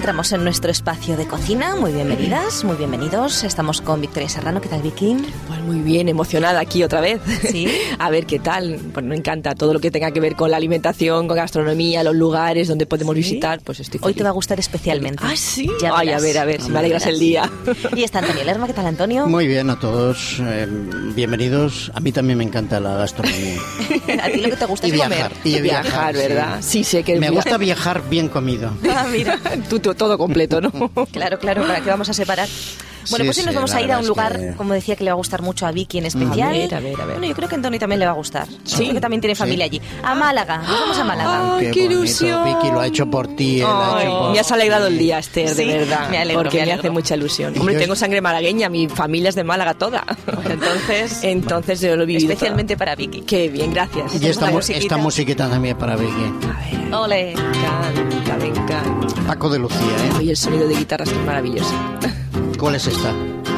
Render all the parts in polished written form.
entramos en nuestro espacio de cocina. Muy bienvenidas, muy bienvenidos. Estamos con Victoria Serrano. ¿Qué tal, Vicky? Pues muy bien, emocionada aquí otra vez. Sí. A ver qué tal. Pues me encanta todo lo que tenga que ver con la alimentación, con gastronomía, los lugares donde podemos visitar. Pues estoy feliz. Hoy te va a gustar especialmente. Ah, sí. Ya Ay, a ver, si me alegras el día. Y está Antonio Lerma. ¿Qué tal, Antonio? Muy bien a todos. Bienvenidos. A mí también me encanta la gastronomía. A ti lo que te gusta es viajar, comer. y viajar, ¿verdad? Sí, sé que me gusta viajar bien comido. Ah, mira. Tú todo completo, ¿no? Claro, ¿para qué vamos a separar? Bueno, Sí, pues hoy nos sí, vamos la a ir a un verdad lugar, es que... como decía, que le va a gustar mucho a Vicky en especial. A ver. Bueno, yo creo que a Antonio también le va a gustar. Sí. Creo que también tiene familia allí. A Málaga. Nos vamos a Málaga. Ay, qué bonito. ilusión. Vicky lo ha hecho por ti. Me has alegrado el día, Esther, Sí, de verdad. me alegro, porque me me alegro. hace mucha ilusión. Y Hombre, yo- tengo sangre malagueña, mi familia es de Málaga toda. Entonces yo lo he vivido. Especialmente para Vicky. Qué bien, gracias. Y esta, musiquita. esta musiquita también para Vicky. Ole. Me encanta. Paco de Lucía, ¿eh? Oye, el sonido de guitarras que es maravilloso. ¿Cuál es esta?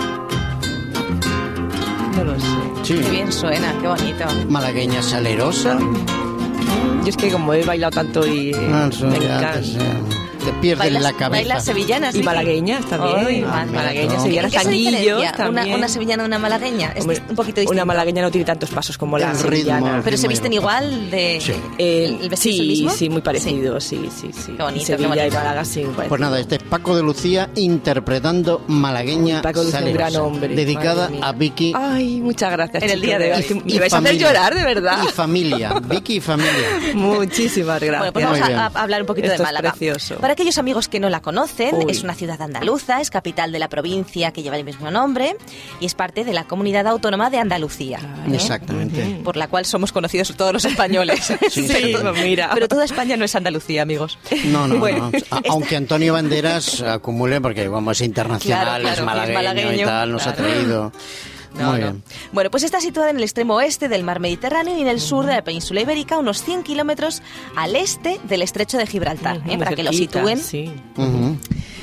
No lo sé. Sí. Qué bien suena, qué bonito. Malagueña salerosa. Yo es que como he bailado tanto y Eso me ya encanta. te pierdes la cabeza. Bailas sevillanas. Y Vicky? malagueñas también. Ay, malagueñas, no. sevillanas, ¿Qué se tanguillos diferencia también. una sevillana de una malagueña? Es Hombre, un poquito distinto. Una malagueña no tiene tantos pasos como la El sevillana. ritmo. Pero se Ritmo y visten el igual de... Sí. ¿El vestido es el mismo? Sí, muy parecido, sí. Qué bonito, Y Sevilla qué bonito. y Málaga, sí, muy parecido. Pues nada, este es Paco de Lucía interpretando Malagueña Paco de Lucía, un salerosa. gran hombre. Dedicada Madre mía. a Vicky Ay, muchas gracias. En el chicos, día de hoy. verdad. y Me vais a hacer familia. llorar, de verdad. Y familia. Vicky y familia. Muchísimas gracias. Bueno, pues Muy vamos bien. a hablar un poquito Esto de es Málaga. precioso. Para aquellos amigos que no la conocen, Uy. es una ciudad andaluza, es capital de la provincia que lleva el mismo nombre y es parte de la comunidad autónoma de Andalucía. Exactamente. Por la cual somos conocidos todos los españoles. Sí, pero, pues mira. pero toda España no es Andalucía, amigos. No. Bueno, Aunque Antonio Banderas acumule, porque como es internacional, Claro, es es malagueño malagueño, y tal, nos ha claro. traído. Muy bien. Bueno, pues está situada en el extremo oeste del mar Mediterráneo y en el sur de la península ibérica, unos 100 kilómetros al este del estrecho de Gibraltar, Muy para que lo cerquita, sitúen. Sí. Ujú.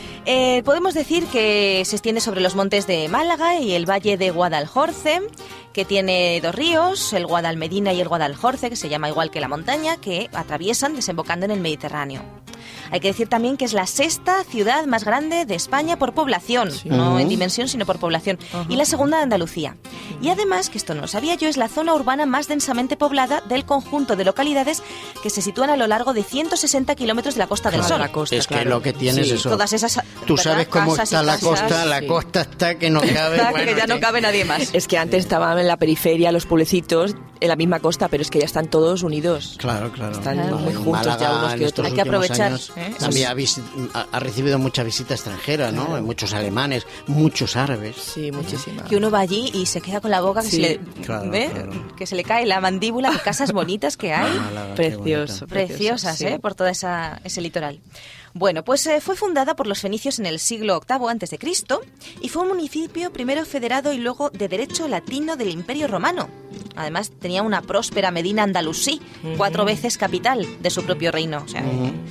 Podemos decir que se extiende sobre los montes de Málaga y el valle de Guadalhorce, que tiene dos ríos, el Guadalmedina y el Guadalhorce, que se llama igual que la montaña, que atraviesan desembocando en el Mediterráneo. Hay que decir también que es la sexta ciudad más grande de España por población, no en dimensión, sino por población, y la segunda de Andalucía. Y además, que esto no lo sabía yo, es la zona urbana más densamente poblada del conjunto de localidades que se sitúan a lo largo de 160 kilómetros de la Costa del Claro, Sol. la costa, Es que claro. lo que tienes Sí. eso. Todas esas, Tú ¿verdad? sabes cómo Casas y está la casas. costa. La sí. costa está que no cabe. Que bueno, ya no cabe nadie más. Es que antes estaban en la periferia, los pueblecitos, en la misma costa, pero es que ya están todos unidos. Claro. Están Claro. muy juntos Málaga, ya unos en que estos otros. Hay que últimos aprovechar, años ¿eh? también ha recibido mucha visita extranjera, ¿no? Muchos alemanes, muchos árabes. Sí, muchísimas. Que uno va allí y se queda con la boca que Sí, se le claro, ¿ve? claro. Que se le cae la mandíbula de casas bonitas que hay. Málaga, qué Precioso. Preciosas, sí. por todo ese litoral. Bueno, pues fue fundada por los fenicios en el siglo VIII a.C. y fue un municipio primero federado y luego de derecho latino del Imperio Romano. Además, tenía una próspera Medina Andalusí, 4 veces capital de su propio reino. O sea,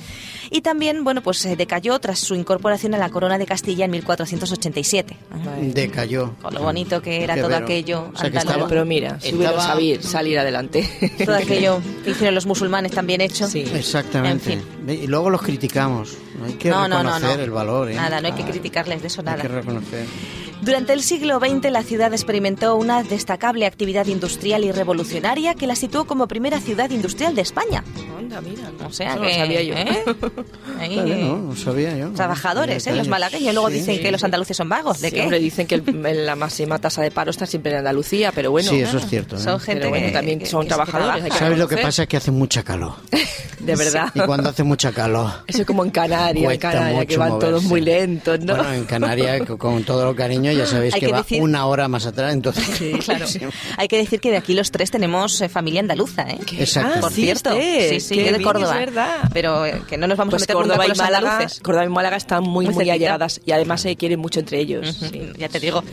y también, bueno, pues decayó tras su incorporación a la corona de Castilla en 1487. Decayó. Con lo bonito que era Qué todo vero. aquello O sea, que andaluz. estaba- Pero mira, si hubiera Estaba- salir adelante. Todo aquello que hicieron los musulmanes tan bien hecho. Sí. Exactamente. En Y luego los criticamos. Hay que No, reconocer el valor, ¿eh? Nada, no hay que criticarles de eso, Hay nada. que reconocer. Durante el siglo XX la ciudad experimentó una destacable actividad industrial y revolucionaria que la situó como primera ciudad industrial de España. Anda, mira. O sea Eso que... lo sabía yo. ¿eh? Ahí, Vale, no sabía yo. trabajadores, Detalles. los malagueños. Luego Sí, dicen sí, que los sí. andaluces son vagos. ¿De Sí, qué? hombre, dicen que la máxima tasa de paro está siempre en Andalucía, pero bueno. Sí, eso es cierto. ¿eh? Son gente Pero bueno, que también que- son que sí que trabajadores, hay que trabaja. ¿Sabes lo que reconocer. pasa? Es que hace mucha calor. De verdad. Y cuando hace mucha calor... Eso es como en Canarias, Cuesta que mucho van todos moverse. muy lentos, ¿no? Bueno, en Canarias, con todo el cariño, ya sabéis Hay que que va decir- una hora más atrás, entonces... Claro. Hay que decir que de aquí los tres tenemos familia andaluza, ¿eh? Exacto. Por sí, cierto. Esther, Sí, qué yo de bien, Córdoba. es verdad. Pero que no nos vamos Pues a meter nunca Córdoba con y los Málaga, andaluces. Córdoba y Málaga están muy cerquita. allegadas y además se quieren mucho entre ellos. Ujú, Sí. Ya te digo.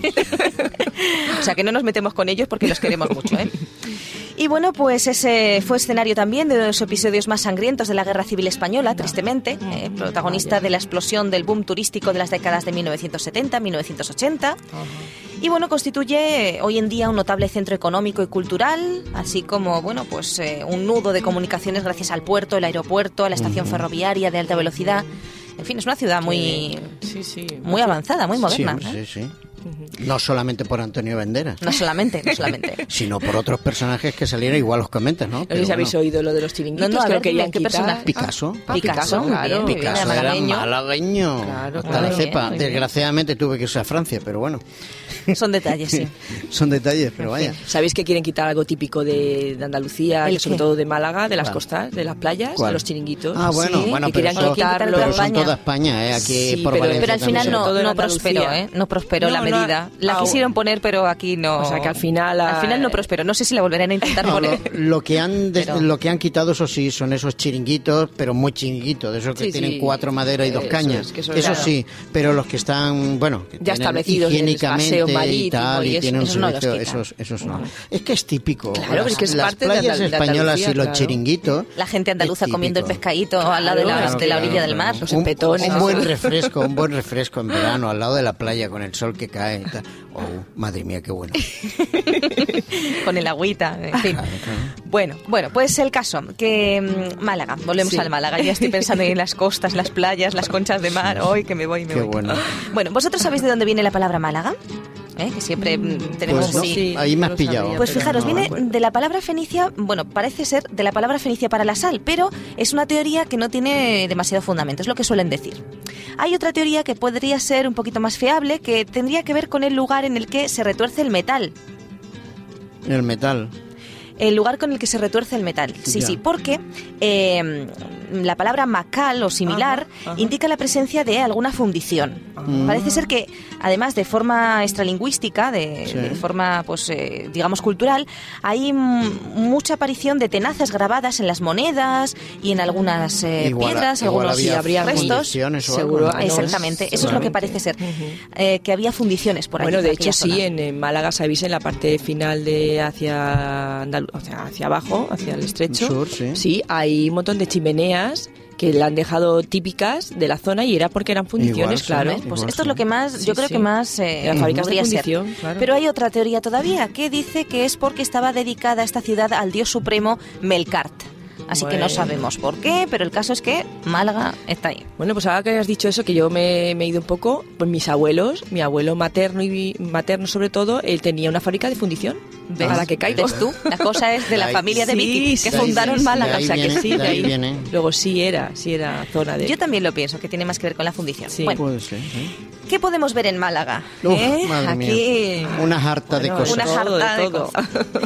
O sea, que no nos metemos con ellos porque los queremos mucho, ¿eh? Y bueno, pues ese fue escenario también de uno de los episodios más sangrientos de la Guerra Civil Española, tristemente, protagonista de la explosión del boom turístico de las décadas de 1970-1980. Y bueno, constituye hoy en día un notable centro económico y cultural, así como, bueno, pues un nudo de comunicaciones gracias al puerto, el aeropuerto, a la estación ferroviaria de alta velocidad En fin, es una ciudad muy, Sí. muy avanzada, muy moderna. Sí. No solamente por Antonio Banderas. No solamente. Sino por otros personajes que salieron, igual los comentas, ¿no? No sé si habéis oído lo de los chiringuitos, No, a que ver, lo querían ¿qué quitar. personaje? Picasso. Picasso, claro. muy bien, Picasso era era malagueño. malagueño. Claro, Hasta la muy bien, cepa. muy bien. Desgraciadamente tuve que irse a Francia, pero bueno. Son detalles, sí. Son detalles, pero vaya. ¿Sabéis que quieren quitar algo típico de Andalucía, ¿El que sobre qué? todo de Málaga, de las ¿Cuál? costas, de las playas, ¿Cuál? los chiringuitos? Ah, bueno, Sí, bueno, que pero querían eso, quitarlo pero de son España. toda España, aquí Sí, por pero- Valencia Pero al final también. no, Sobre todo en no Andalucía. prosperó, ¿eh? No prosperó la No, medida. La quisieron poner, pero aquí no. O sea, que al final... Al final no prosperó. No sé si la volverán a intentar No, poner. lo que han Pero- lo que han quitado, eso sí, son esos chiringuitos, pero muy chiringuitos, de esos que Sí, tienen sí. 4 maderas y 2 Eso cañas. es, que eso Eso es- sí, pero los que están, bueno, que Ya tienen establecidos, el higiénicamente paseo y marítimo tal, y y eso, tienen un esos no los servicio, quitan. esos no. Es que es típico. Claro, las, pero es que es las parte de playas de españolas Andalucía, y los claro. chiringuitos. La gente andaluza es comiendo el típico. pescadito al lado de la, Claro, de la claro, orilla del mar. Los empetones, un buen eso. refresco, un buen refresco en verano al lado de la playa con el sol que cae. Y tal. Oh, madre mía, qué bueno. Con el agüita, en fin. Bueno, pues el caso, que Málaga, volvemos Sí. al Málaga, ya estoy pensando en las costas, las playas, las conchas de mar, hoy que me voy, Qué bueno. Bueno, ¿vosotros sabéis de dónde viene la palabra Málaga? Que siempre tenemos Pues no, así. sí, ahí me has yo lo pillado. sabía, Pues pero fijaros, no me viene acuerdo. de la palabra fenicia, bueno, parece ser de la palabra fenicia para la sal, pero es una teoría que no tiene demasiado fundamento, es lo que suelen decir. Hay otra teoría que podría ser un poquito más fiable, que tendría que ver con el lugar en el que se retuerce el metal. El metal. El lugar con el que se retuerce el metal. Sí, Ya. sí, porque la palabra macal o similar Ajá. indica la presencia de alguna fundición. Parece ser que, además de forma extralingüística, Sí. de forma, pues, digamos, cultural, hay mucha aparición de tenazas grabadas en las monedas y en algunas piedras, igual algunos había restos. fundiciones o algo, Seguro, ¿no? ah, no, Exactamente, eso es lo que seguramente. parece ser. Que había fundiciones por allí. Bueno, de por hecho aquella sí, zona. en Málaga, sabéis, en la parte final de o sea, hacia abajo, hacia el estrecho, Sur, sí. hay un montón de chimeneas que la han dejado típicas de la zona y era porque eran fundiciones, Igual, sí, claro. ¿no? Pues Igual esto es sí. lo que más, Sí, yo creo sí. que más Las fábricas de podría ser. fundición, claro. Pero hay otra teoría todavía que dice que es porque estaba dedicada esta ciudad al dios supremo Melkart. Así que no Bueno. sabemos por qué, pero el caso es que Málaga está ahí. Bueno, pues ahora que has dicho eso, que yo me he ido un poco, pues mis abuelos, mi abuelo materno y materno sobre todo, él tenía una fábrica de fundición. ¿Ves? A la que caigo. ¿Ves tú? La cosa es de la Ahí- familia de Sí, Vicky, sí, que sí, fundaron sí, Málaga. de ahí o sea que viene, sí, de de ahí ahí. viene. Luego sí era zona de... Yo también lo pienso, que tiene más que ver con la fundición. Sí. Bueno, Puede ser, sí. ¿qué podemos ver en Málaga? Uf, madre Aquí... mía. Una jarta de Bueno, cosas. Una todo, jarta de todo. cosas.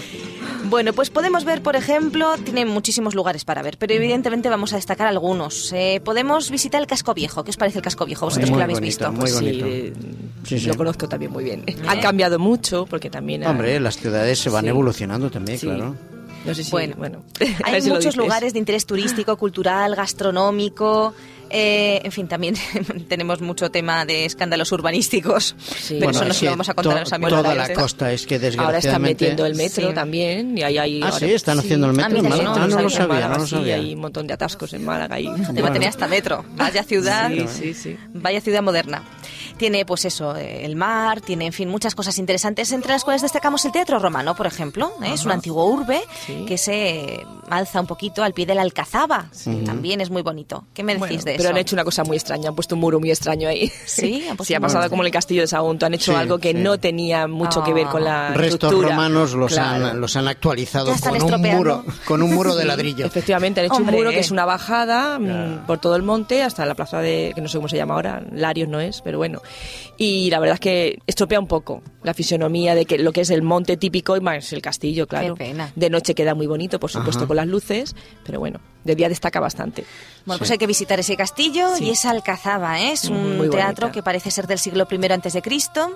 Bueno, pues podemos ver, por ejemplo, tiene muchísimos lugares para ver, pero evidentemente vamos a destacar algunos. Podemos visitar el Casco Viejo. ¿Qué os parece el Casco Viejo? Vosotros Muy que lo habéis bonito, visto. muy bonito. Sí, Sí, sí. lo conozco también muy bien. Han cambiado mucho porque también... Hombre, las ciudades se van Sí. evolucionando también, Sí. claro. No sé si... Bueno, a hay ver si lo muchos dices. lugares de interés turístico, cultural, gastronómico. En fin, también tenemos mucho tema de escándalos urbanísticos, Sí. pero Bueno, eso no es se lo que vamos a contar a los amigos. toda de la ustedes. costa es que Ahora están desgraciadamente... metiendo el metro Sí. también y hay Ah, sí, están haciendo el metro en Málaga. no lo sabía, no lo Sí, sabía. hay un montón de atascos en Málaga. Y... Te va a tener hasta metro. Vaya ciudad. Sí. Vaya ciudad moderna. Tiene, pues eso, el mar, tiene, en fin, muchas cosas interesantes, entre las cuales destacamos el Teatro Romano, por ejemplo. Es un antiguo urbe Sí. que se alza un poquito al pie de la Alcazaba. También es muy bonito. ¿Qué me decís Bueno, de pero eso? han hecho una cosa muy extraña, han puesto un muro muy extraño ahí. Sí, han puesto Sí, ha un pasado muro. como en el castillo de Sagunto, han hecho Sí, algo que sí. no tenía mucho que ver con la Restos estructura. romanos Claro. los han actualizado Ya están con un estropeando. muro de ladrillo. Efectivamente, han hecho Hombre. un muro que es una bajada por todo el monte hasta la plaza de, que no sé cómo se llama ahora, Larios no es, pero bueno. Y la verdad es que estropea un poco la fisonomía de que lo que es el monte típico y más el castillo, claro. Qué pena. De noche queda muy bonito, por supuesto, Ajá. con las luces, pero bueno, de día destaca bastante. Bueno, pues hay que visitar ese castillo Sí. y esa Alcazaba, ¿eh? Es un Muy teatro bonita. que parece ser del siglo I antes de Cristo,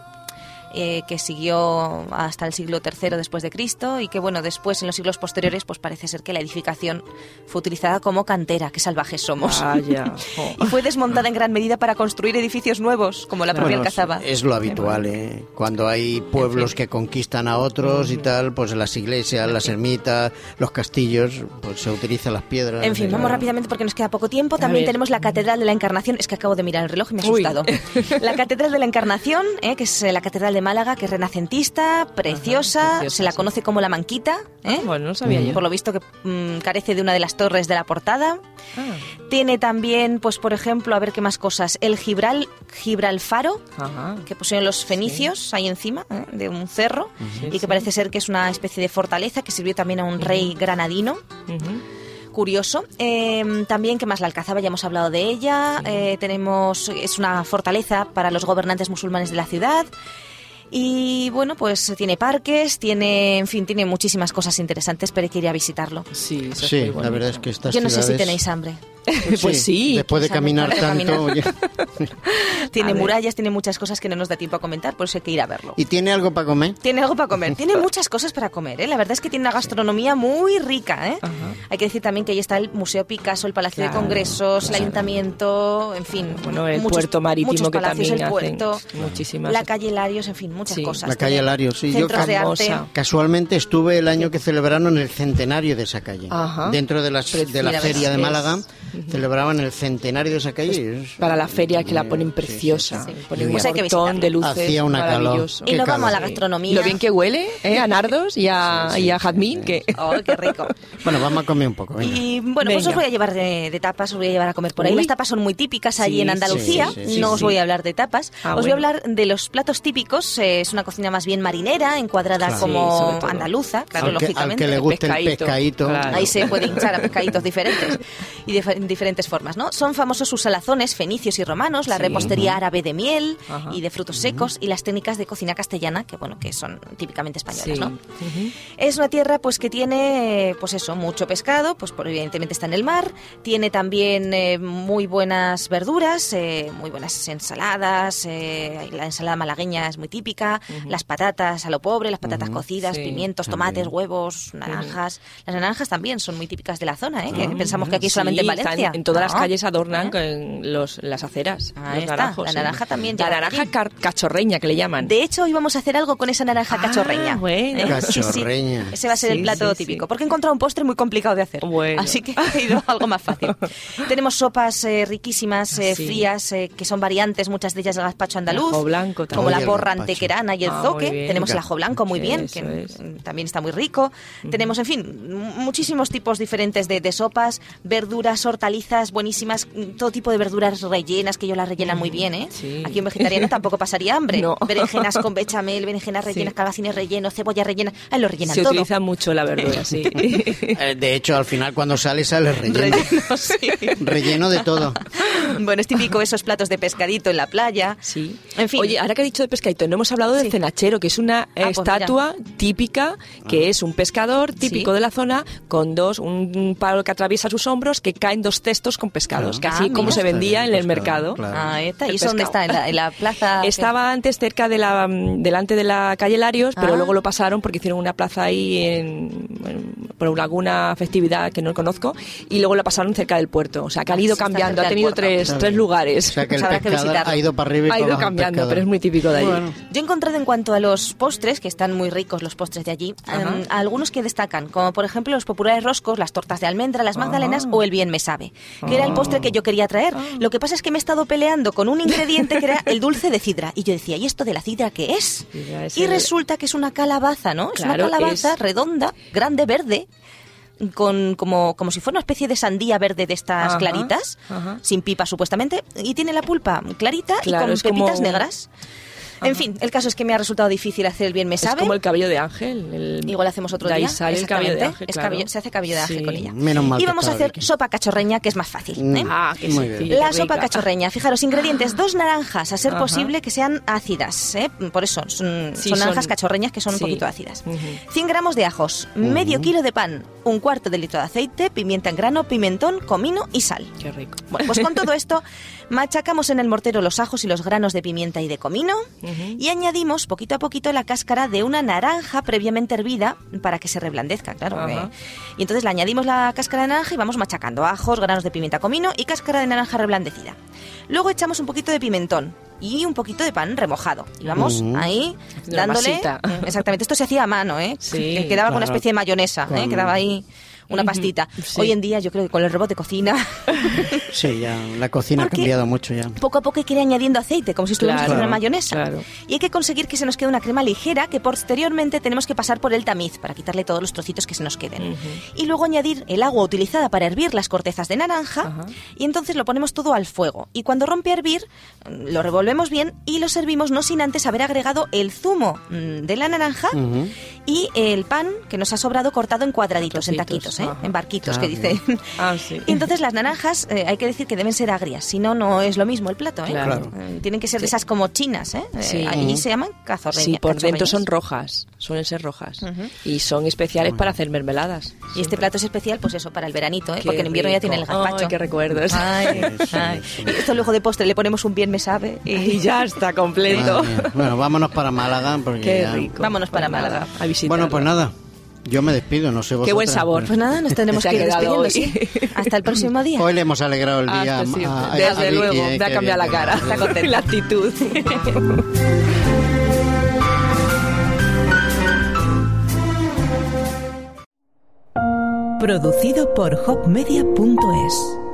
que siguió hasta el siglo III después de Cristo y que, bueno, después en los siglos posteriores pues parece ser que la edificación fue utilizada como cantera. Qué salvajes somos. Vaya. Y fue desmontada en gran medida para construir edificios nuevos, como la propia Bueno, Alcazaba. es lo habitual, ¿eh? Cuando hay pueblos que conquistan a otros y tal, pues las iglesias, las ermitas, los castillos, pues se utilizan las piedras. En fin, vamos rápidamente porque nos queda poco tiempo. También ver. tenemos la Catedral de la Encarnación. Es que acabo de mirar el reloj y me he Uy. asustado. La Catedral de la Encarnación, que es la Catedral de Málaga, que es renacentista, preciosa, se la conoce como la Manquita, ¿eh? Bueno, no sabía yo. Por lo visto que carece de una de las torres de la portada. Tiene también, pues por ejemplo, a ver qué más cosas, el Gibralfaro, que pusieron los fenicios ahí encima, de un cerro, y que parece ser que es una especie de fortaleza que sirvió también a un rey granadino. Curioso. También, ¿qué más? La Alcazaba, ya hemos hablado de ella. Es una fortaleza para los gobernantes musulmanes de la ciudad. Y bueno, pues tiene parques, tiene muchísimas cosas interesantes, pero hay que ir a visitarlo. Sí, la verdad es que estas Yo no sé si ciudades... tenéis hambre. Pues sí. Después de caminar tanto... Tiene murallas, tiene muchas cosas que no nos da tiempo a comentar, por eso hay que ir a verlo. ¿Y tiene algo para comer? Tiene algo para comer, tiene muchas cosas para comer, ¿eh? La verdad es que tiene una gastronomía muy rica, ¿eh? Hay que decir también que ahí está el Museo Picasso, el Palacio de Congresos, el Ayuntamiento, en fin. Bueno, el puerto marítimo que palacios, también el puerto, hacen muchísimas... la calle Larios, en fin, muchas cosas. La calle Larios, sí. Yo Centros de arte. casualmente estuve el año que celebraron el centenario de esa calle. Dentro de la feria de Málaga, celebraban el centenario de esa calle. Para la feria que la ponen preciosa. Ponen Pues un montón de luces. Hacía una calor. Y nos vamos a la gastronomía. Y lo bien que huele, a nardos y a jazmín. Que... ¡Oh, qué rico! Bueno, vamos a comer un poco. Venga. Y bueno, pues os voy a llevar de tapas, os voy a llevar a comer por ahí. Las tapas son muy típicas allí en Andalucía. No os voy a hablar de tapas. Os voy a hablar de los platos típicos. Es una cocina más bien marinera, encuadrada como andaluza, claro, lógicamente. Al que le guste el pescadito. Claro. Ahí se puede hinchar a pescaditos diferentes y de diferentes formas, ¿no? Son famosos sus salazones fenicios y romanos, la repostería árabe de miel y de frutos secos y las técnicas de cocina castellana, que bueno, que son típicamente españolas, ¿no? Es una tierra pues que tiene, pues eso, mucho pescado, pues evidentemente está en el mar, tiene también muy buenas verduras, muy buenas ensaladas, la ensalada malagueña es muy típica, las patatas a lo pobre, las patatas cocidas, pimientos, tomates, huevos, naranjas. Las naranjas también son muy típicas de la zona, que pensamos que aquí solamente en Valencia. En todas las calles adornan con las aceras. Ahí está. Naranjos, la naranja también. La naranja cachorreña, que le llaman. De hecho, hoy vamos a hacer algo con esa naranja cachorreña. Bueno. Cachorreña. Sí. Ese va a ser el plato típico. Porque he encontrado un postre muy complicado de hacer. Bueno. Así que he ido a algo más fácil. Tenemos sopas riquísimas, frías, que son variantes, muchas de ellas del gazpacho andaluz. El ajo blanco también. Como la porra antequerana y el zoque. Tenemos el ajo blanco muy bien, que también está muy rico. Tenemos, en fin, muchísimos tipos diferentes de sopas, verduras, hortalizas buenísimas, todo tipo de verduras rellenas, que ellos las rellenan muy bien, ¿eh? Sí. Aquí un vegetariano tampoco pasaría hambre. No. Berenjenas con bechamel, berenjenas rellenas, calabacines rellenos, cebolla rellena. Ahí lo rellenan Se todo. utiliza mucho la verdura, sí. De hecho, al final cuando sale relleno. Relleno de todo. Bueno, es típico esos platos de pescadito en la playa. Sí. En fin. Oye, ahora que has dicho de pescadito, no hemos hablado del cenachero, que es una estatua típica, que es un pescador típico de la zona, con un palo que atraviesa sus hombros, que caen 2 cestos con pescados, que así como se vendía en el mercado. Claro. Ahí está. ¿Y eso dónde está? ¿En la plaza? Estaba antes cerca de delante de la calle Larios, pero luego lo pasaron porque hicieron una plaza ahí por alguna festividad que no conozco, y luego la pasaron cerca del puerto. O sea, que han ido cambiando, ha tenido tres lugares. O sea, que el Habrá que pescador visitarlo. ha ido para arriba y para Ha ido abajo. cambiando, pero es muy típico de allí. Bueno. Yo he encontrado en cuanto a los postres, que están muy ricos los postres de allí, algunos que destacan, como por ejemplo los populares roscos, las tortas de almendra, las magdalenas o el bien me sabe, que era el postre que yo quería traer. Lo que pasa es que me he estado peleando con un ingrediente que era el dulce de cidra. Y yo decía, ¿y esto de la cidra qué es? Y resulta que es una calabaza, ¿no? Es una calabaza redonda, grande, verde, como si fuera una especie de sandía verde de estas claritas, sin pipa supuestamente, y tiene la pulpa clarita y con pepitas negras. En fin, el caso es que me ha resultado difícil hacer el bien me sabe. Es como el cabello de ángel. Igual hacemos otro de ahí día. Sale el cabello de ángel, claro. Se hace cabello de ángel con ella. Menos mal y vamos a hacer rico. sopa cachorreña, que es más fácil. Qué Muy sencillo, bien. La qué sopa rica. cachorreña, fijaros, ingredientes, 2 naranjas, a ser posible que sean ácidas, por eso, son naranjas cachorreñas que son un poquito ácidas. 100 gramos de ajos, medio kilo de pan, 1/4 de litro de aceite, pimienta en grano, pimentón, comino y sal. Qué rico. Bueno, pues con todo esto machacamos en el mortero los ajos y los granos de pimienta y de comino y añadimos poquito a poquito la cáscara de una naranja previamente hervida para que se reblandezca, claro. Y entonces le añadimos la cáscara de naranja y vamos machacando ajos, granos de pimienta, comino y cáscara de naranja reblandecida. Luego echamos un poquito de pimentón y un poquito de pan remojado. Y vamos ahí dándole... masita. Exactamente, esto se hacía a mano, Sí, que quedaba con una claro. especie de mayonesa, quedaba ahí una pastita. Sí. Hoy en día yo creo que con el robot de cocina Sí, ya la cocina ha cambiado mucho ya. poco a poco hay que ir añadiendo aceite, como si estuviéramos Claro, haciendo una mayonesa. claro. Y hay que conseguir que se nos quede una crema ligera que posteriormente tenemos que pasar por el tamiz para quitarle todos los trocitos que se nos queden. Y luego añadir el agua utilizada para hervir las cortezas de naranja. Ajá. Y entonces lo ponemos todo al fuego. Y cuando rompe a hervir, lo revolvemos bien y lo servimos no sin antes haber agregado el zumo de la naranja y el pan que nos ha sobrado cortado en cuadraditos, en taquitos, Ajá. en barquitos, Ah, que bien. dicen. Ah, sí. Y entonces las naranjas hay que decir que deben ser agrias, si no, no es lo mismo el plato. Claro. Tienen que ser de esas como chinas. Sí. Allí se llaman cazorreñas. Sí, por dentro cachorreñas. son rojas, suelen ser rojas. Y son especiales para hacer mermeladas. Y este plato es especial, pues eso, para el veranito, Qué porque en invierno ya rico. tiene el gazpacho. Ay, qué recuerdos. Ay, Sí, ay. sí. Y esto luego de postre le ponemos un bien me sabe. Y ya está completo. Madre mía. Bueno, vámonos para Málaga porque Qué ya... rico. Vámonos para Pues Málaga. A visitar. Bueno, pues nada, yo me despido, no sé vosotros. Qué buen sabor. Pues nada, nos tenemos Se ha que ir quedado despidiendo, hoy. sí. Hasta el próximo día. Hoy le hemos alegrado el día Hasta siempre. a Desde Vicky, luego, me ha qué cambiado la bien, cara. qué bien. Está contenta. La actitud. Producido por hopmedia.es